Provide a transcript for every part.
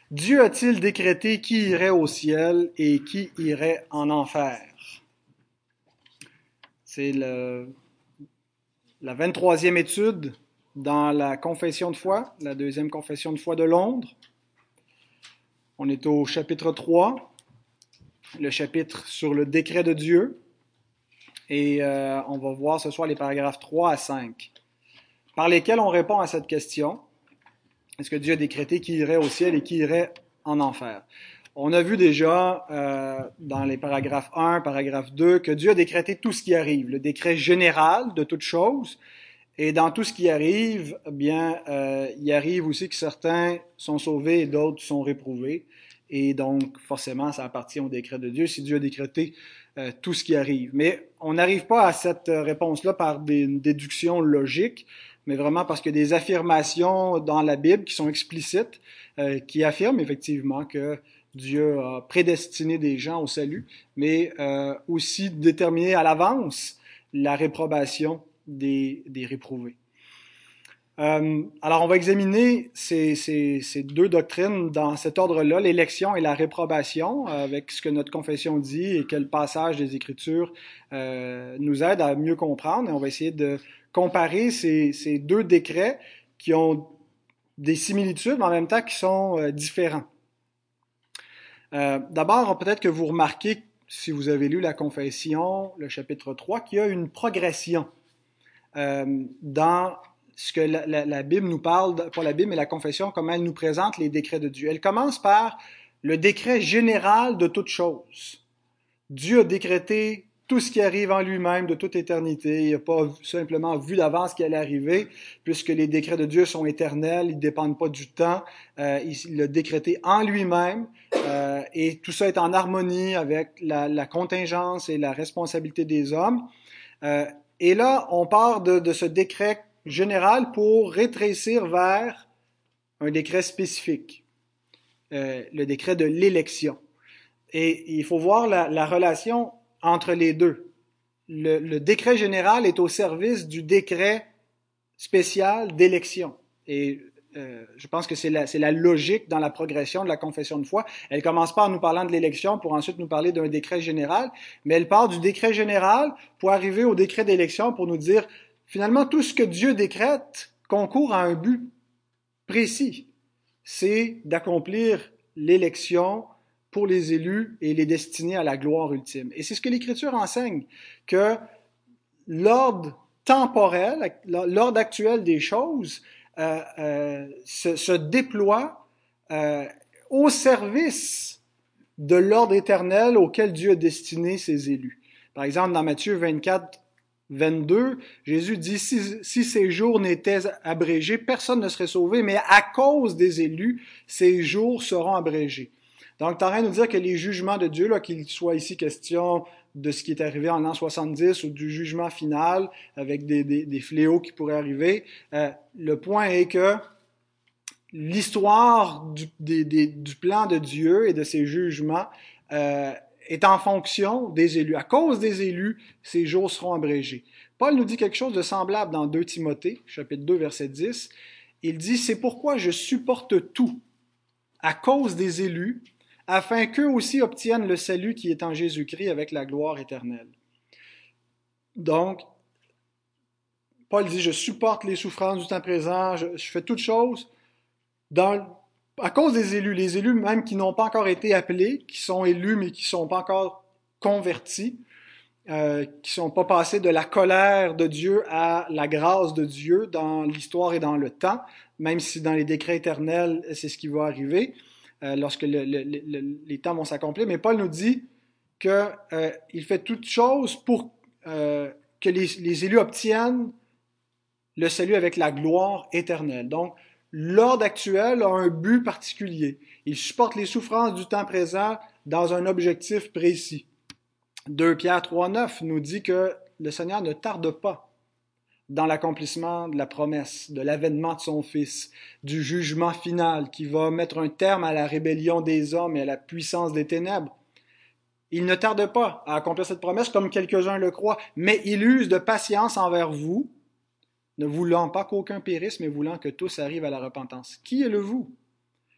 Dieu a-t-il décrété qui irait au ciel et qui irait en enfer? C'est la 23e étude dans la confession de foi, la deuxième confession de foi de Londres. On est au chapitre 3, le chapitre sur le décret de Dieu. Et on va voir ce soir les paragraphes 3 à 5, par lesquels on répond à cette question. Est-ce que Dieu a décrété qui irait au ciel et qui irait en enfer? On a vu déjà dans les paragraphes 1, paragraphe 2, que Dieu a décrété tout ce qui arrive, le décret général de toutes choses. Et dans tout ce qui arrive, eh bien, il arrive aussi que certains sont sauvés et d'autres sont réprouvés. Et donc, forcément, ça appartient au décret de Dieu si Dieu a décrété tout ce qui arrive. Mais on n'arrive pas à cette réponse-là par une déduction logique, mais vraiment parce qu'il y a des affirmations dans la Bible qui sont explicites, qui affirment effectivement que Dieu a prédestiné des gens au salut, mais aussi déterminé à l'avance la réprobation des réprouvés. Alors, on va examiner ces deux doctrines dans cet ordre-là, l'élection et la réprobation, avec ce que notre confession dit et quel passage des Écritures nous aide à mieux comprendre. Et on va essayer de comparer ces deux décrets qui ont des similitudes, mais en même temps qui sont différents. D'abord, peut-être que vous remarquez, si vous avez lu la confession, le chapitre 3, qu'il y a une progression dans ce que la Bible nous parle, pas la Bible, mais la confession, comment elle nous présente les décrets de Dieu. Elle commence par le décret général de toutes choses. Dieu a décrété tout ce qui arrive en lui-même de toute éternité. Il n'a pas simplement vu d'avance ce qui allait arriver, puisque les décrets de Dieu sont éternels, ils ne dépendent pas du temps. Il l'a décrété en lui-même, et tout ça est en harmonie avec la contingence et la responsabilité des hommes. Et là, on part de ce décret général pour rétrécir vers un décret spécifique, le décret de l'élection. Et il faut voir la relation entre les deux. Le décret général est au service du décret spécial d'élection. Et je pense que c'est la logique dans la progression de la confession de foi. Elle commence pas en nous parlant de l'élection pour ensuite nous parler d'un décret général, mais elle part du décret général pour arriver au décret d'élection pour nous dire, finalement, tout ce que Dieu décrète concourt à un but précis. C'est d'accomplir l'élection pour les élus et les destiner à la gloire ultime. Et c'est ce que l'Écriture enseigne, que l'ordre temporel, l'ordre actuel des choses, se déploie au service de l'ordre éternel auquel Dieu a destiné ses élus. Par exemple, dans Matthieu 24, 22, Jésus dit, si ces jours n'étaient abrégés, personne ne serait sauvé, mais à cause des élus, ces jours seront abrégés. Donc, tu es en train de nous dire que les jugements de Dieu, là, qu'il soit ici question de ce qui est arrivé en l'an 70 ou du jugement final avec des fléaux qui pourraient arriver, le point est que l'histoire du plan de Dieu et de ses jugements est en fonction des élus. À cause des élus, ces jours seront abrégés. Paul nous dit quelque chose de semblable dans 2 Timothée, chapitre 2, verset 10. Il dit, c'est pourquoi je supporte tout à cause des élus, afin qu'eux aussi obtiennent le salut qui est en Jésus-Christ avec la gloire éternelle. Donc, Paul dit, je supporte les souffrances du temps présent, je fais toutes choses à cause des élus, les élus même qui n'ont pas encore été appelés, qui sont élus mais qui ne sont pas encore convertis, qui ne sont pas passés de la colère de Dieu à la grâce de Dieu dans l'histoire et dans le temps, même si dans les décrets éternels, c'est ce qui va arriver lorsque les temps vont s'accomplir. Mais Paul nous dit qu'il fait toutes choses pour que les élus obtiennent le salut avec la gloire éternelle. Donc, l'ordre actuel a un but particulier. Il supporte les souffrances du temps présent dans un objectif précis. 2 Pierre 3,9 nous dit que le Seigneur ne tarde pas dans l'accomplissement de la promesse, de l'avènement de son Fils, du jugement final qui va mettre un terme à la rébellion des hommes et à la puissance des ténèbres. Il ne tarde pas à accomplir cette promesse comme quelques-uns le croient, mais il use de patience envers vous, ne voulant pas qu'aucun périsse, mais voulant que tous arrivent à la repentance. Qui est le vous?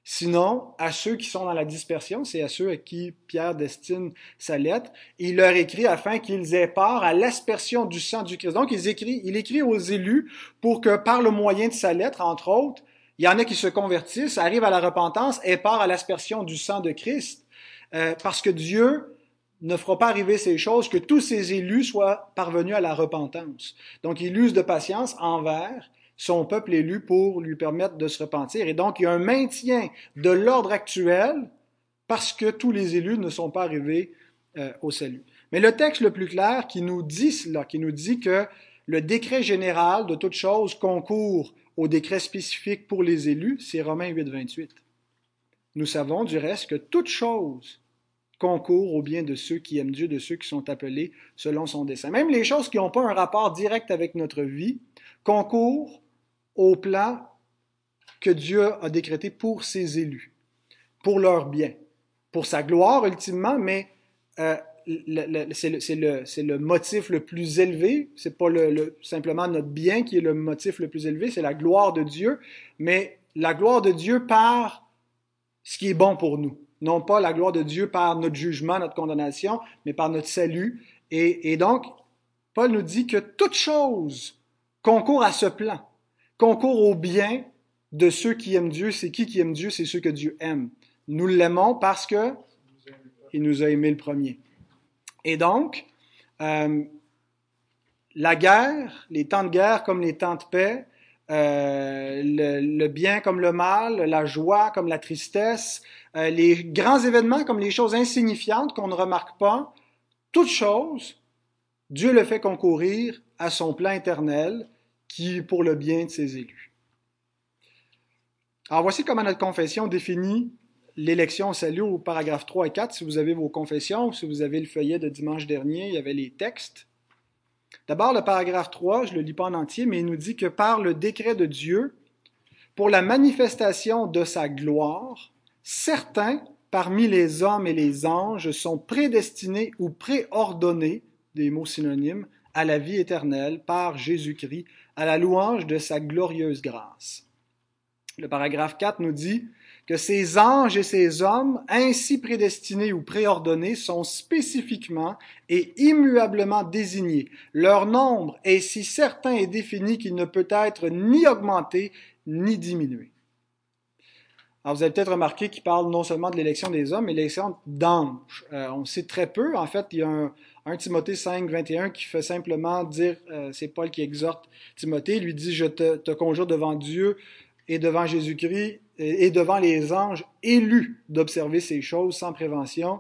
Sinon, à ceux qui sont dans la dispersion, c'est à ceux à qui Pierre destine sa lettre, il leur écrit afin qu'ils aient part à l'aspersion du sang du Christ. Donc, il écrit aux élus pour que par le moyen de sa lettre, entre autres, il y en a qui se convertissent, arrivent à la repentance et part à l'aspersion du sang de Christ, parce que Dieu ne fera pas arriver ces choses que tous ces élus soient parvenus à la repentance. Donc, il use de patience envers son peuple élu pour lui permettre de se repentir. Et donc, il y a un maintien de l'ordre actuel parce que tous les élus ne sont pas arrivés au salut. Mais le texte le plus clair qui nous dit cela, qui nous dit que le décret général de toute chose concourt au décret spécifique pour les élus, c'est Romains 8, 28. Nous savons du reste que toute chose concourt au bien de ceux qui aiment Dieu, de ceux qui sont appelés selon son dessein. Même les choses qui n'ont pas un rapport direct avec notre vie concourent au plan que Dieu a décrété pour ses élus, pour leur bien, pour sa gloire ultimement, mais c'est le motif le plus élevé, c'est pas simplement notre bien qui est le motif le plus élevé, c'est la gloire de Dieu, mais la gloire de Dieu par ce qui est bon pour nous. Non pas la gloire de Dieu par notre jugement, notre condamnation, mais par notre salut. Et donc, Paul nous dit que toute chose concourt à ce plan, concourt au bien de ceux qui aiment Dieu. C'est qui aime Dieu? C'est ceux que Dieu aime. Nous l'aimons parce que il nous a aimés le premier. Et donc, la guerre, les temps de guerre comme les temps de paix, le bien comme le mal, la joie comme la tristesse, les grands événements comme les choses insignifiantes qu'on ne remarque pas, toutes choses, Dieu le fait concourir à son plan éternel qui est pour le bien de ses élus. Alors voici comment notre confession définit l'élection au salut au paragraphe 3 et 4. Si vous avez vos confessions, si vous avez le feuillet de dimanche dernier, il y avait les textes. D'abord, le paragraphe 3, je ne le lis pas en entier, mais il nous dit que par le décret de Dieu, pour la manifestation de sa gloire, certains parmi les hommes et les anges sont prédestinés ou préordonnés, des mots synonymes, à la vie éternelle par Jésus-Christ, à la louange de sa glorieuse grâce. Le paragraphe 4 nous dit que ces anges et ces hommes, ainsi prédestinés ou préordonnés, sont spécifiquement et immuablement désignés. Leur nombre est si certain et défini qu'il ne peut être ni augmenté ni diminué. Alors, vous avez peut-être remarqué qu'il parle non seulement de l'élection des hommes, mais de l'élection d'anges. On sait très peu. En fait, il y a un Timothée 5, 21 qui fait simplement dire, c'est Paul qui exhorte Timothée, il lui dit, je te conjure devant Dieu et devant Jésus-Christ et devant les anges élus d'observer ces choses sans prévention.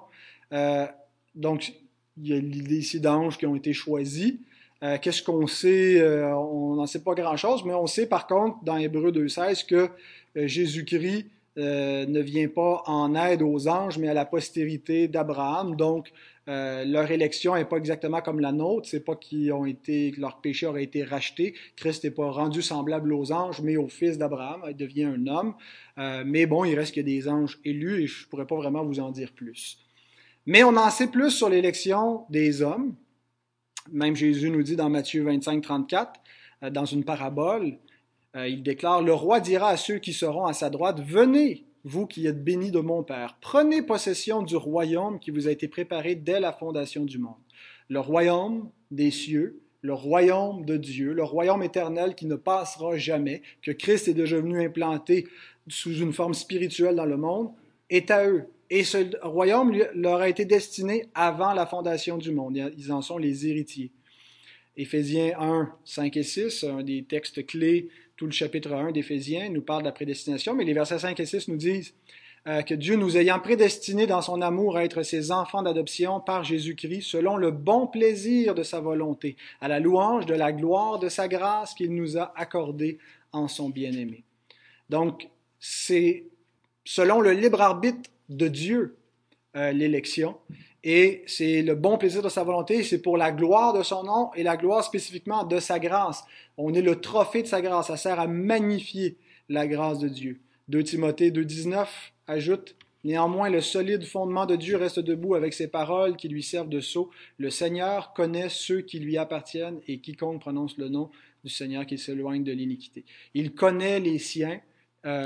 Donc, il y a l'idée ici d'anges qui ont été choisis. Qu'est-ce qu'on sait? On n'en sait pas grand-chose, mais on sait par contre dans Hébreux 2,16 que Jésus-Christ ne vient pas en aide aux anges, mais à la postérité d'Abraham. Donc, leur élection n'est pas exactement comme la nôtre. C'est pas que leur péché aurait été racheté. Christ n'est pas rendu semblable aux anges, mais au fils d'Abraham. Il devient un homme. Mais bon, il reste que des anges élus et je ne pourrais pas vraiment vous en dire plus. Mais on en sait plus sur l'élection des hommes. Même Jésus nous dit dans Matthieu 25, 34, dans une parabole, il déclare, « Le roi dira à ceux qui seront à sa droite, venez, vous qui êtes bénis de mon Père, prenez possession du royaume qui vous a été préparé dès la fondation du monde. Le royaume des cieux, le royaume de Dieu, le royaume éternel qui ne passera jamais, que Christ est déjà venu implanter sous une forme spirituelle dans le monde, est à eux. Et ce royaume leur a été destiné avant la fondation du monde. Ils en sont les héritiers. » Éphésiens 1, 5 et 6, un des textes clés, tout le chapitre 1 d'Éphésiens nous parle de la prédestination, mais les versets 5 et 6 nous disent que Dieu nous ayant prédestinés dans son amour à être ses enfants d'adoption par Jésus-Christ, selon le bon plaisir de sa volonté, à la louange de la gloire de sa grâce qu'il nous a accordée en son bien-aimé. Donc, c'est selon le libre arbitre de Dieu, l'élection, et c'est le bon plaisir de sa volonté, c'est pour la gloire de son nom et la gloire spécifiquement de sa grâce. On est le trophée de sa grâce, ça sert à magnifier la grâce de Dieu. 2 Timothée 2,19 ajoute, « Néanmoins, le solide fondement de Dieu reste debout avec ses paroles qui lui servent de sceau. Le Seigneur connaît ceux qui lui appartiennent et quiconque prononce le nom du Seigneur qui s'éloigne de l'iniquité. » Il connaît les siens.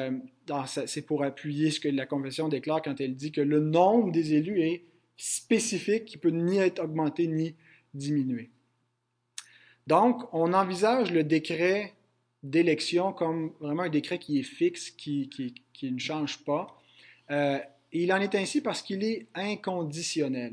c'est pour appuyer ce que la Confession déclare quand elle dit que le nombre des élus est spécifique, qui peut ni être augmenté ni diminué. Donc, on envisage le décret d'élection comme vraiment un décret qui est fixe, qui ne change pas. Et il en est ainsi parce qu'il est inconditionnel.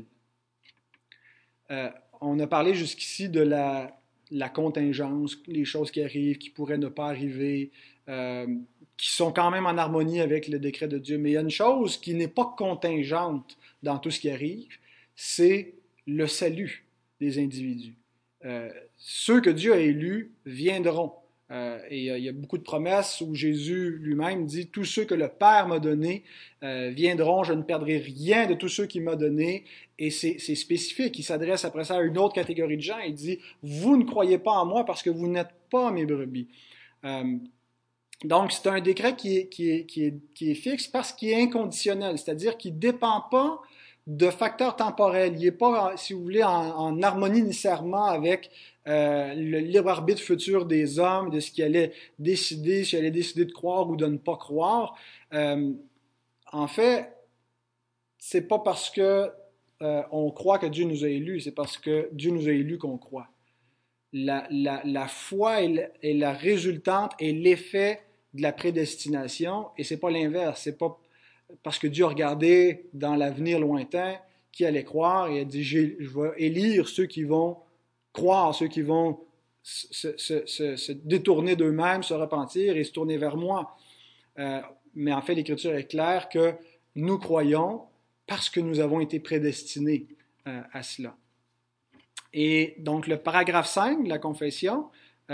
On a parlé jusqu'ici de la contingence, les choses qui arrivent, qui pourraient ne pas arriver, qui sont quand même en harmonie avec le décret de Dieu. Mais il y a une chose qui n'est pas contingente dans tout ce qui arrive, c'est le salut des individus. Ceux que Dieu a élus viendront. Et il y a beaucoup de promesses où Jésus lui-même dit « Tous ceux que le Père m'a donnés viendront, je ne perdrai rien de tous ceux qu'il m'a donnés. » Et c'est spécifique. Il s'adresse après ça à une autre catégorie de gens. Il dit « Vous ne croyez pas en moi parce que vous n'êtes pas mes brebis. » Donc, c'est un décret qui est fixe parce qu'il est inconditionnel, c'est-à-dire qu'il ne dépend pas de facteurs temporels. Il n'est pas, si vous voulez, en harmonie nécessairement avec le libre arbitre futur des hommes, de ce qu'ils allaient décider, s'ils allaient décider de croire ou de ne pas croire. En fait, c'est pas parce que on croit que Dieu nous a élus, c'est parce que Dieu nous a élus qu'on croit. La foi est la résultante et l'effet de la prédestination, et c'est pas l'inverse. C'est pas parce que Dieu a regardé dans l'avenir lointain qui allait croire et a dit je vais élire ceux qui vont croire, ceux qui vont se détourner d'eux-mêmes, se repentir et se tourner vers moi. Mais en fait, l'Écriture est claire que nous croyons parce que nous avons été prédestinés à cela. Et donc, le paragraphe 5 de la Confession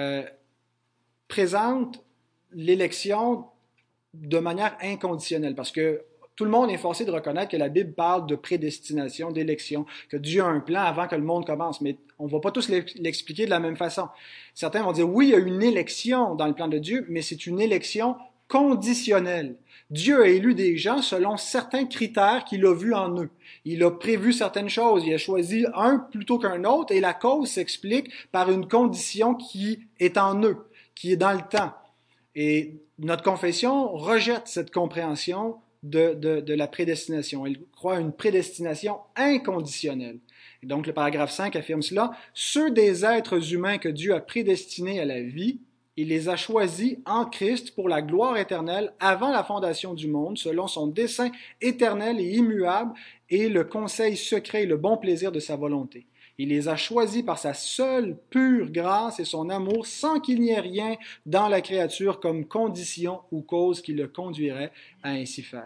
présente l'élection de manière inconditionnelle, parce que tout le monde est forcé de reconnaître que la Bible parle de prédestination, d'élection, que Dieu a un plan avant que le monde commence, mais on ne va pas tous l'expliquer de la même façon. Certains vont dire, oui, il y a une élection dans le plan de Dieu, mais c'est une élection conditionnelle. Dieu a élu des gens selon certains critères qu'il a vus en eux. Il a prévu certaines choses, il a choisi un plutôt qu'un autre, et la cause s'explique par une condition qui est en eux, qui est dans le temps. Et notre confession rejette cette compréhension de la prédestination. Elle croit à une prédestination inconditionnelle. Et donc, le paragraphe 5 affirme cela. Ceux des êtres humains que Dieu a prédestinés à la vie, il les a choisis en Christ pour la gloire éternelle avant la fondation du monde, selon son dessein éternel et immuable et le conseil secret et le bon plaisir de sa volonté. Il les a choisis par sa seule pure grâce et son amour, sans qu'il n'y ait rien dans la créature comme condition ou cause qui le conduirait à ainsi faire.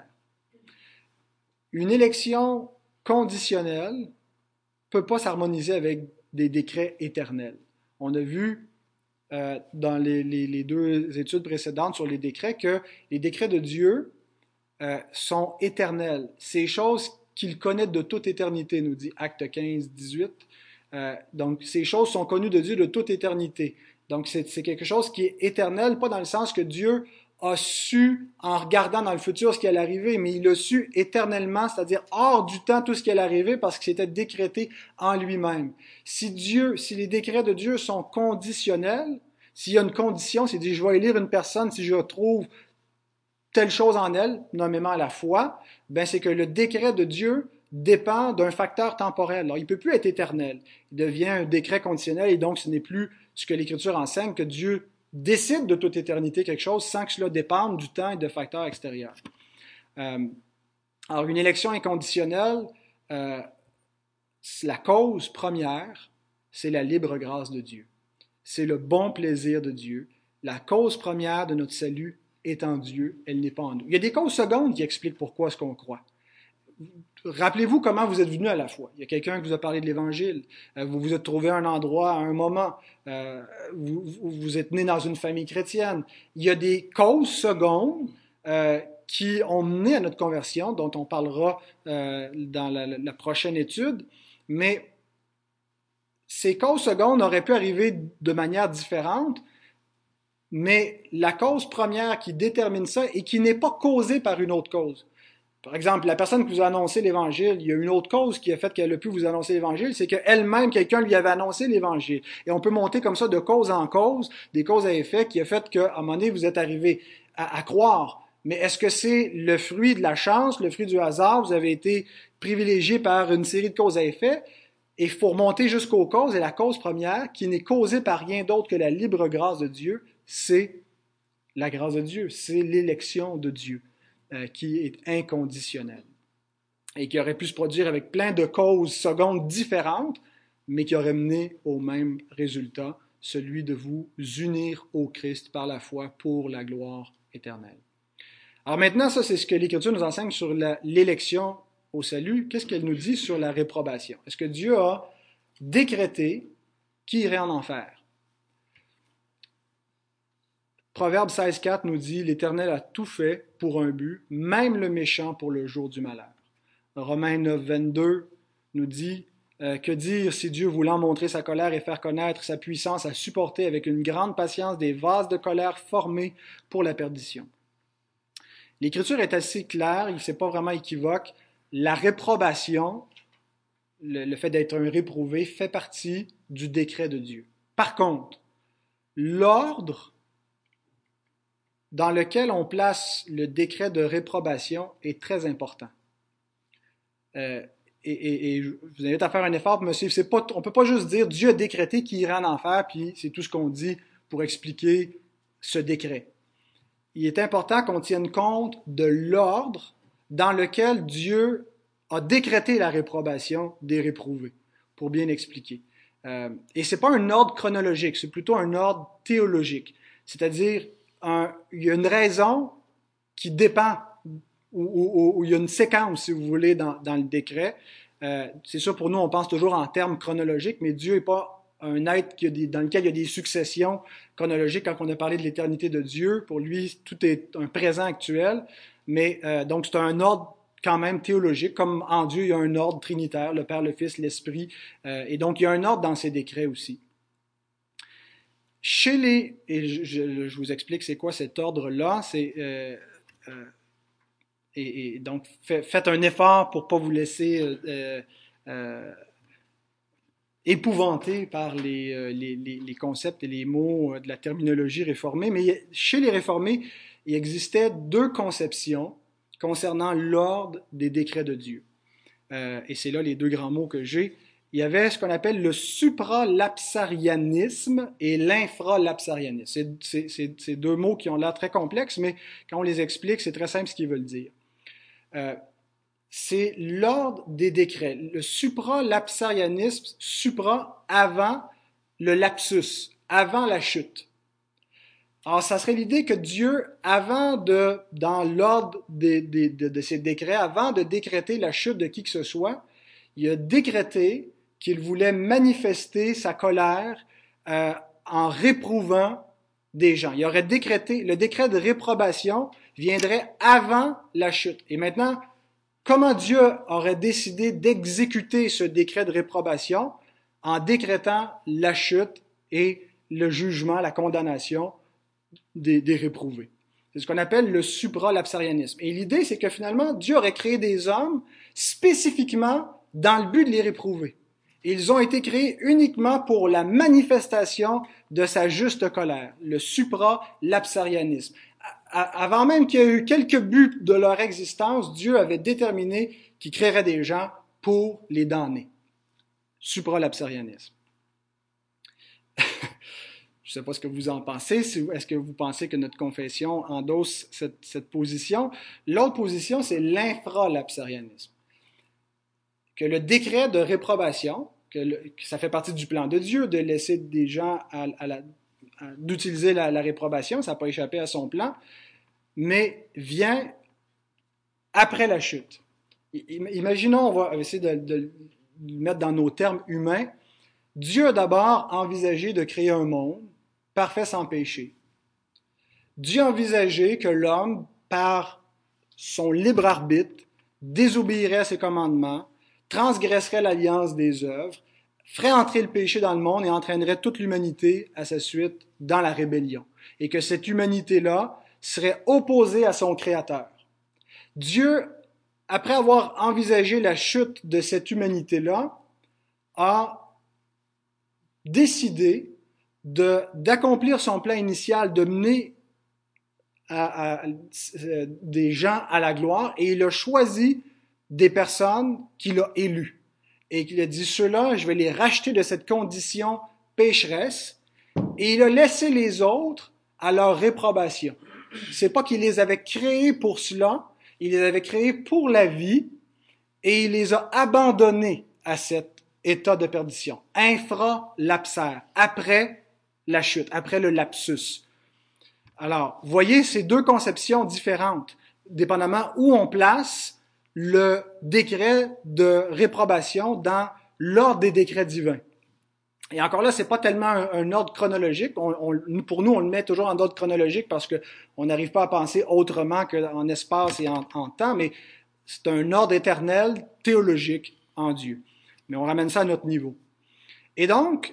Une élection conditionnelle ne peut pas s'harmoniser avec des décrets éternels. On a vu dans les deux études précédentes sur les décrets que les décrets de Dieu sont éternels. Ces choses qu'il connaît de toute éternité, nous dit Acte 15, 18. Donc, ces choses sont connues de Dieu de toute éternité. Donc, c'est quelque chose qui est éternel, pas dans le sens que Dieu a si en regardant dans le futur ce qui allait arriver, mais il a su éternellement, c'est-à-dire hors du temps tout ce qui allait arriver parce que c'était décrété en lui-même. Si les décrets de Dieu sont conditionnels, s'il y a une condition, c'est dit je vais élire une personne si je trouve telle chose en elle, nommément la foi, ben c'est que le décret de Dieu dépend d'un facteur temporel. Alors, il ne peut plus être éternel. Il devient un décret conditionnel et donc ce n'est plus ce que l'Écriture enseigne, que Dieu décide de toute éternité quelque chose sans que cela dépende du temps et de facteurs extérieurs. Alors, une élection inconditionnelle, la cause première, c'est la libre grâce de Dieu. C'est le bon plaisir de Dieu. La cause première de notre salut est en Dieu, elle n'est pas en nous. Il y a des causes secondes qui expliquent pourquoi est-ce qu'on croit. Rappelez-vous comment vous êtes venu à la foi. Il y a quelqu'un qui vous a parlé de l'Évangile. Vous vous êtes trouvé à un endroit, à un moment. Vous êtes né dans une famille chrétienne. Il y a des causes secondes qui ont mené à notre conversion, dont on parlera dans la prochaine étude. Mais ces causes secondes auraient pu arriver de manière différente, mais la cause première qui détermine ça et qui n'est pas causée par une autre cause. Par exemple, la personne qui vous a annoncé l'Évangile, il y a une autre cause qui a fait qu'elle a pu vous annoncer l'Évangile, c'est qu'elle-même, quelqu'un lui avait annoncé l'Évangile. Et on peut monter comme ça de cause en cause, des causes à effet, qui a fait qu'à un moment donné, vous êtes arrivé à croire. Mais est-ce que c'est le fruit de la chance, le fruit du hasard? Vous avez été privilégié par une série de causes à effet. Et il faut remonter jusqu'aux causes. Et la cause première, qui n'est causée par rien d'autre que la libre grâce de Dieu, c'est la grâce de Dieu. C'est l'élection de Dieu qui est inconditionnelle. Et qui aurait pu se produire avec plein de causes secondes différentes, mais qui aurait mené au même résultat, celui de vous unir au Christ par la foi pour la gloire éternelle. Alors maintenant, ça c'est ce que l'Écriture nous enseigne sur l'élection au salut. Qu'est-ce qu'elle nous dit sur la réprobation? Est-ce que Dieu a décrété qui irait en enfer? Proverbe 16,4 nous dit « L'Éternel a tout fait pour un but, même le méchant pour le jour du malheur. » Romains 9, 22 nous dit que dire si Dieu, voulant montrer sa colère et faire connaître sa puissance, a supporté avec une grande patience des vases de colère formés pour la perdition. L'Écriture est assez claire, il ne s'est pas vraiment équivoque. La réprobation, le fait d'être un réprouvé, fait partie du décret de Dieu. Par contre, l'ordre dans lequel on place le décret de réprobation est très important. Et je vous invite à faire un effort pour me suivre. On ne peut pas juste dire Dieu a décrété qu'il irait en enfer, puis c'est tout ce qu'on dit pour expliquer ce décret. Il est important qu'on tienne compte de l'ordre dans lequel Dieu a décrété la réprobation des réprouvés, pour bien expliquer. Et ce n'est pas un ordre chronologique, c'est plutôt un ordre théologique. C'est-à-dire, il y a une raison qui dépend, ou il y a une séquence, si vous voulez, dans le décret. C'est sûr, pour nous, on pense toujours en termes chronologiques, mais Dieu n'est pas un être dans lequel il y a des successions chronologiques. Quand on a parlé de l'éternité de Dieu, pour lui, tout est un présent actuel. Mais donc, c'est un ordre quand même théologique. Comme en Dieu, il y a un ordre trinitaire, le Père, le Fils, l'Esprit. Et donc, il y a un ordre dans ces décrets aussi. Et je vous explique c'est quoi cet ordre-là. Et donc, faites un effort pour ne pas vous laisser épouvanté par les concepts et les mots de la terminologie réformée. Mais chez les réformés, il existait deux conceptions concernant l'ordre des décrets de Dieu. Et c'est là les deux grands mots que j'ai. Il y avait ce qu'on appelle le supralapsarianisme et l'infralapsarianisme. C'est deux mots qui ont l'air très complexes, mais quand on les explique, c'est très simple ce qu'ils veulent dire. C'est l'ordre des décrets. Le supralapsarianisme, supra avant le lapsus, avant la chute. Alors, ça serait l'idée que Dieu, dans l'ordre de ses décrets, avant de décréter la chute de qui que ce soit, il a décrété qu'il voulait manifester sa colère en réprouvant des gens. Il aurait décrété, le décret de réprobation viendrait avant la chute. Et maintenant, comment Dieu aurait décidé d'exécuter ce décret de réprobation? En décrétant la chute et le jugement, la condamnation des réprouvés. C'est ce qu'on appelle le supralapsarianisme. Et l'idée, c'est que finalement, Dieu aurait créé des hommes spécifiquement dans le but de les réprouver. Ils ont été créés uniquement pour la manifestation de sa juste colère, le supralapsarianisme. Avant même qu'il y ait eu quelques buts de leur existence, Dieu avait déterminé qu'il créerait des gens pour les damner. Supralapsarianisme. Je ne sais pas ce que vous en pensez. Est-ce que vous pensez que notre confession endosse cette position? L'autre position, c'est l'infralapsarianisme. Que le décret de réprobation, que ça fait partie du plan de Dieu de laisser des gens d'utiliser la réprobation, ça n'a pas échappé à son plan, mais vient après la chute. Imaginons, on va essayer de le mettre dans nos termes humains. Dieu a d'abord envisagé de créer un monde parfait sans péché. Dieu a envisagé que l'homme, par son libre arbitre, désobéirait à ses commandements, transgresserait l'alliance des œuvres, ferait entrer le péché dans le monde et entraînerait toute l'humanité à sa suite dans la rébellion. Et que cette humanité-là serait opposée à son Créateur. Dieu, après avoir envisagé la chute de cette humanité-là, a décidé d'accomplir son plan initial, de mener des gens à la gloire et il a choisi des personnes qu'il a élues. Et qu'il a dit, ceux-là, je vais les racheter de cette condition pécheresse. Et il a laissé les autres à leur réprobation. C'est pas qu'il les avait créés pour cela, il les avait créés pour la vie et il les a abandonnés à cet état de perdition. Infralapsaire, après la chute, après le lapsus. Alors, voyez ces deux conceptions différentes, dépendamment où on place le décret de réprobation dans l'ordre des décrets divins. Et encore là, c'est pas tellement un ordre chronologique. Pour nous, on le met toujours en ordre chronologique parce qu'on n'arrive pas à penser autrement qu'en espace et en temps, mais c'est un ordre éternel théologique en Dieu. Mais on ramène ça à notre niveau. Et donc,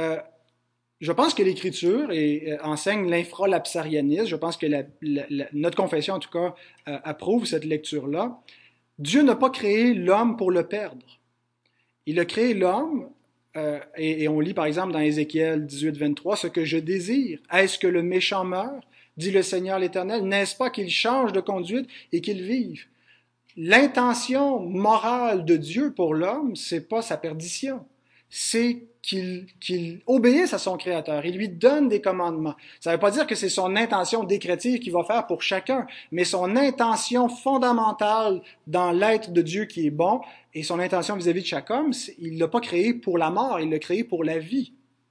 je pense que l'Écriture enseigne l'infralapsarianisme. Je pense que notre confession, en tout cas, approuve cette lecture-là. Dieu n'a pas créé l'homme pour le perdre. Il a créé l'homme, et on lit par exemple dans Ézéchiel 18, 23, « Ce que je désire, est-ce que le méchant meure, dit le Seigneur l'Éternel, n'est-ce pas qu'il change de conduite et qu'il vive? » L'intention morale de Dieu pour l'homme, c'est pas sa perdition. C'est qu'il obéisse à son Créateur. Il lui donne des commandements. Ça ne veut pas dire que c'est son intention décrétive qu'il va faire pour chacun, mais son intention fondamentale dans l'être de Dieu qui est bon et son intention vis-à-vis de chaque homme, il ne l'a pas créé pour la mort, il l'a créé pour la vie.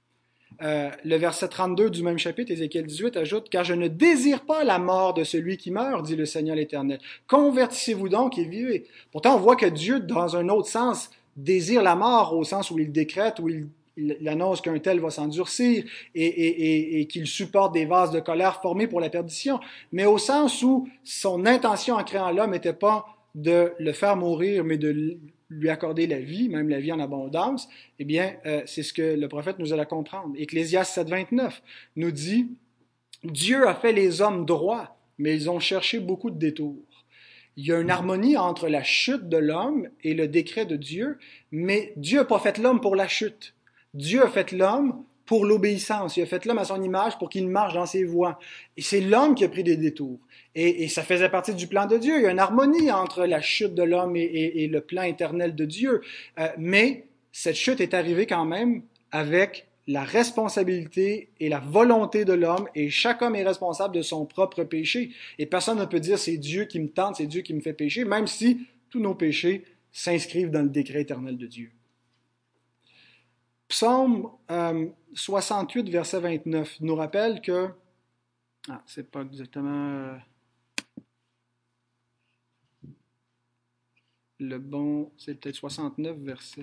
Le verset 32 du même chapitre, Ézéchiel 18, ajoute « Car je ne désire pas la mort de celui qui meurt, dit le Seigneur l'Éternel. Convertissez-vous donc et vivez. » Pourtant, on voit que Dieu, dans un autre sens, désire la mort au sens où il décrète, où il annonce qu'un tel va s'endurcir et qu'il supporte des vases de colère formés pour la perdition, mais au sens où son intention en créant l'homme n'était pas de le faire mourir, mais de lui accorder la vie, même la vie en abondance, eh bien, c'est ce que le prophète nous aide à comprendre. Ecclésiaste 7, 29 nous dit « Dieu a fait les hommes droits, mais ils ont cherché beaucoup de détours. » Il y a une harmonie entre la chute de l'homme et le décret de Dieu, mais Dieu n'a pas fait l'homme pour la chute. Dieu a fait l'homme pour l'obéissance. Il a fait l'homme à son image pour qu'il marche dans ses voies. Et c'est l'homme qui a pris des détours. Et ça faisait partie du plan de Dieu. Il y a une harmonie entre la chute de l'homme et le plan éternel de Dieu. Mais cette chute est arrivée quand même avec la responsabilité et la volonté de l'homme, et chaque homme est responsable de son propre péché. Et personne ne peut dire c'est Dieu qui me tente, c'est Dieu qui me fait pécher, même si tous nos péchés s'inscrivent dans le décret éternel de Dieu. Psaume 68, verset 29, nous rappelle que... c'est pas exactement... le bon... c'est peut-être 69, verset...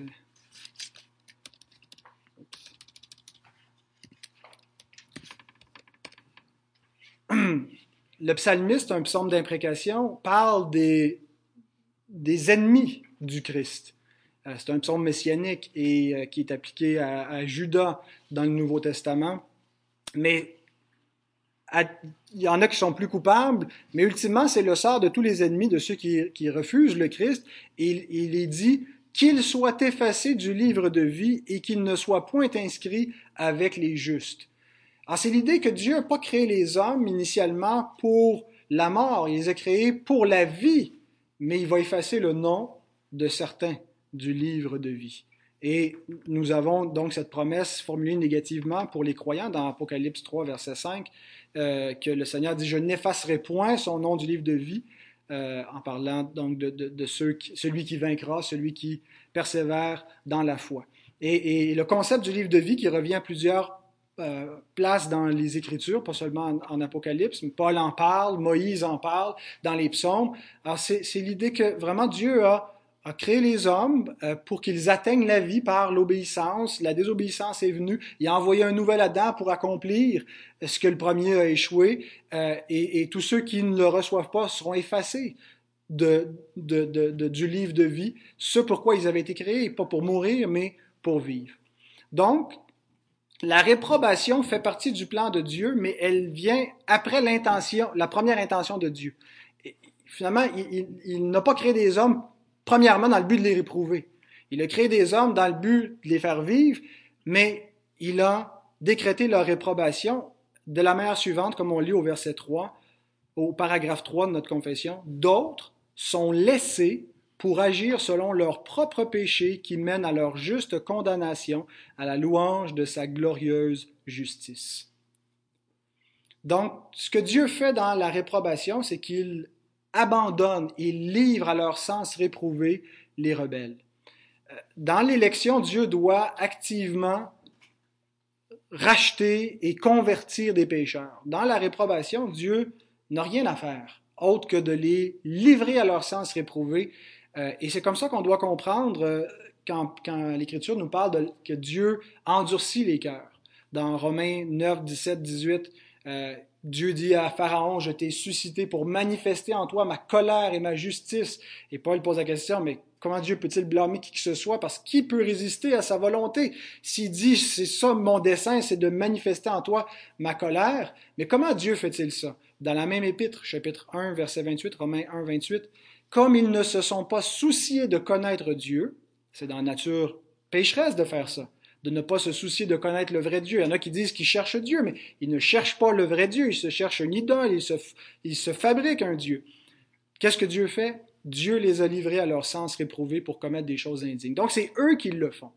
Le psalmiste, un psaume d'imprécation, parle des ennemis du Christ. C'est un psaume messianique et qui est appliqué à Judas dans le Nouveau Testament. Mais il y en a qui sont plus coupables, mais ultimement, c'est le sort de tous les ennemis, de ceux qui refusent le Christ. Et il est dit qu'il soit effacé du livre de vie et qu'il ne soit point inscrit avec les justes. Alors, c'est l'idée que Dieu n'a pas créé les hommes initialement pour la mort, il les a créés pour la vie, mais il va effacer le nom de certains du livre de vie. Et nous avons donc cette promesse formulée négativement pour les croyants dans Apocalypse 3, verset 5, que le Seigneur dit « Je n'effacerai point son nom du livre de vie », en parlant donc de celui qui vaincra, celui qui persévère dans la foi. Et le concept du livre de vie qui revient à plusieurs place dans les Écritures, pas seulement en Apocalypse, mais Paul en parle, Moïse en parle, dans les psaumes. Alors c'est l'idée que vraiment Dieu a créé les hommes pour qu'ils atteignent la vie par l'obéissance. La désobéissance est venue. Il a envoyé un nouvel Adam pour accomplir ce que le premier a échoué, et tous ceux qui ne le reçoivent pas seront effacés du livre de vie, ce pourquoi ils avaient été créés, pas pour mourir, mais pour vivre. Donc, la réprobation fait partie du plan de Dieu, mais elle vient après la première intention de Dieu. Et finalement, il n'a pas créé des hommes, premièrement, dans le but de les réprouver. Il a créé des hommes dans le but de les faire vivre, mais il a décrété leur réprobation de la manière suivante, comme on lit au verset 3. au paragraphe 3 de notre confession, d'autres sont laissés pour agir selon leurs propres péchés qui mènent à leur juste condamnation, à la louange de sa glorieuse justice. Donc, ce que Dieu fait dans la réprobation, c'est qu'il abandonne, il livre à leur sens réprouvé les rebelles. Dans l'élection, Dieu doit activement racheter et convertir des pécheurs. Dans la réprobation, Dieu n'a rien à faire, autre que de les livrer à leur sens réprouvé. Et c'est comme ça qu'on doit comprendre quand l'Écriture nous parle que Dieu endurcit les cœurs. Dans Romains 9, 17, 18, Dieu dit à Pharaon, je t'ai suscité pour manifester en toi ma colère et ma justice. Et Paul pose la question, mais comment Dieu peut-il blâmer qui que ce soit? Parce qu'il peut résister à sa volonté. S'il dit, c'est ça mon dessein, c'est de manifester en toi ma colère. Mais comment Dieu fait-il ça? Dans la même épître, chapitre 1, verset 28, Romains 1, 28, comme ils ne se sont pas souciés de connaître Dieu, c'est dans la nature pécheresse de faire ça, de ne pas se soucier de connaître le vrai Dieu. Il y en a qui disent qu'ils cherchent Dieu, mais ils ne cherchent pas le vrai Dieu, ils se cherchent une idole, ils se fabriquent un Dieu. Qu'est-ce que Dieu fait? Dieu les a livrés à leur sens réprouvé pour commettre des choses indignes. Donc, c'est eux qui le font.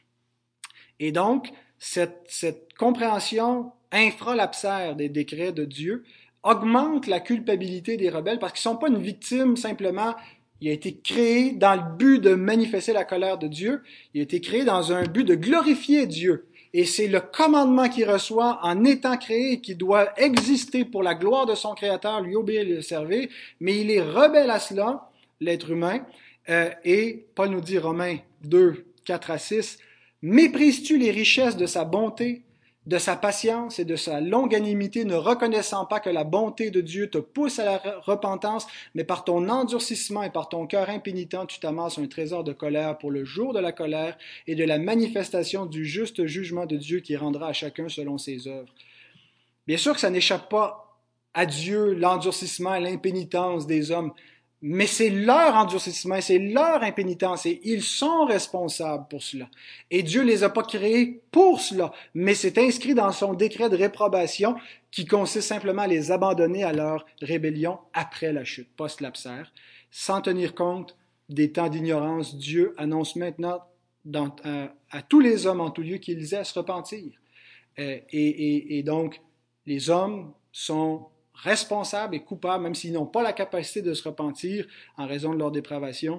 Et donc, cette compréhension infralapsaire des décrets de Dieu augmente la culpabilité des rebelles parce qu'ils ne sont pas une victime simplement. Il a été créé dans le but de manifester la colère de Dieu. Il a été créé dans un but de glorifier Dieu. Et c'est le commandement qu'il reçoit en étant créé qui doit exister pour la gloire de son Créateur, lui obéir et le servir. Mais il est rebelle à cela, l'être humain. Et Paul nous dit, Romains 2, 4 à 6, « Méprises-tu les richesses de sa bonté, de sa patience et de sa longanimité, ne reconnaissant pas que la bonté de Dieu te pousse à la repentance, mais par ton endurcissement et par ton cœur impénitent, tu t'amasses un trésor de colère pour le jour de la colère et de la manifestation du juste jugement de Dieu qui rendra à chacun selon ses œuvres. » Bien sûr que ça n'échappe pas à Dieu, l'endurcissement et l'impénitence des hommes, mais c'est leur endurcissement, c'est leur impénitence et ils sont responsables pour cela. Et Dieu les a pas créés pour cela, mais c'est inscrit dans son décret de réprobation qui consiste simplement à les abandonner à leur rébellion après la chute, post-lapsaire. Sans tenir compte des temps d'ignorance, Dieu annonce maintenant à tous les hommes en tout lieu qu'ils aient à se repentir. Et donc, les hommes sont responsables et coupables, même s'ils n'ont pas la capacité de se repentir en raison de leur dépravation.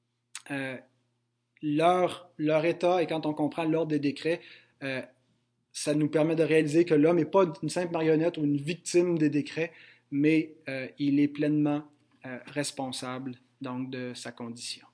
Leur état, et quand on comprend l'ordre des décrets, ça nous permet de réaliser que l'homme n'est pas une simple marionnette ou une victime des décrets, mais il est pleinement responsable donc de sa condition.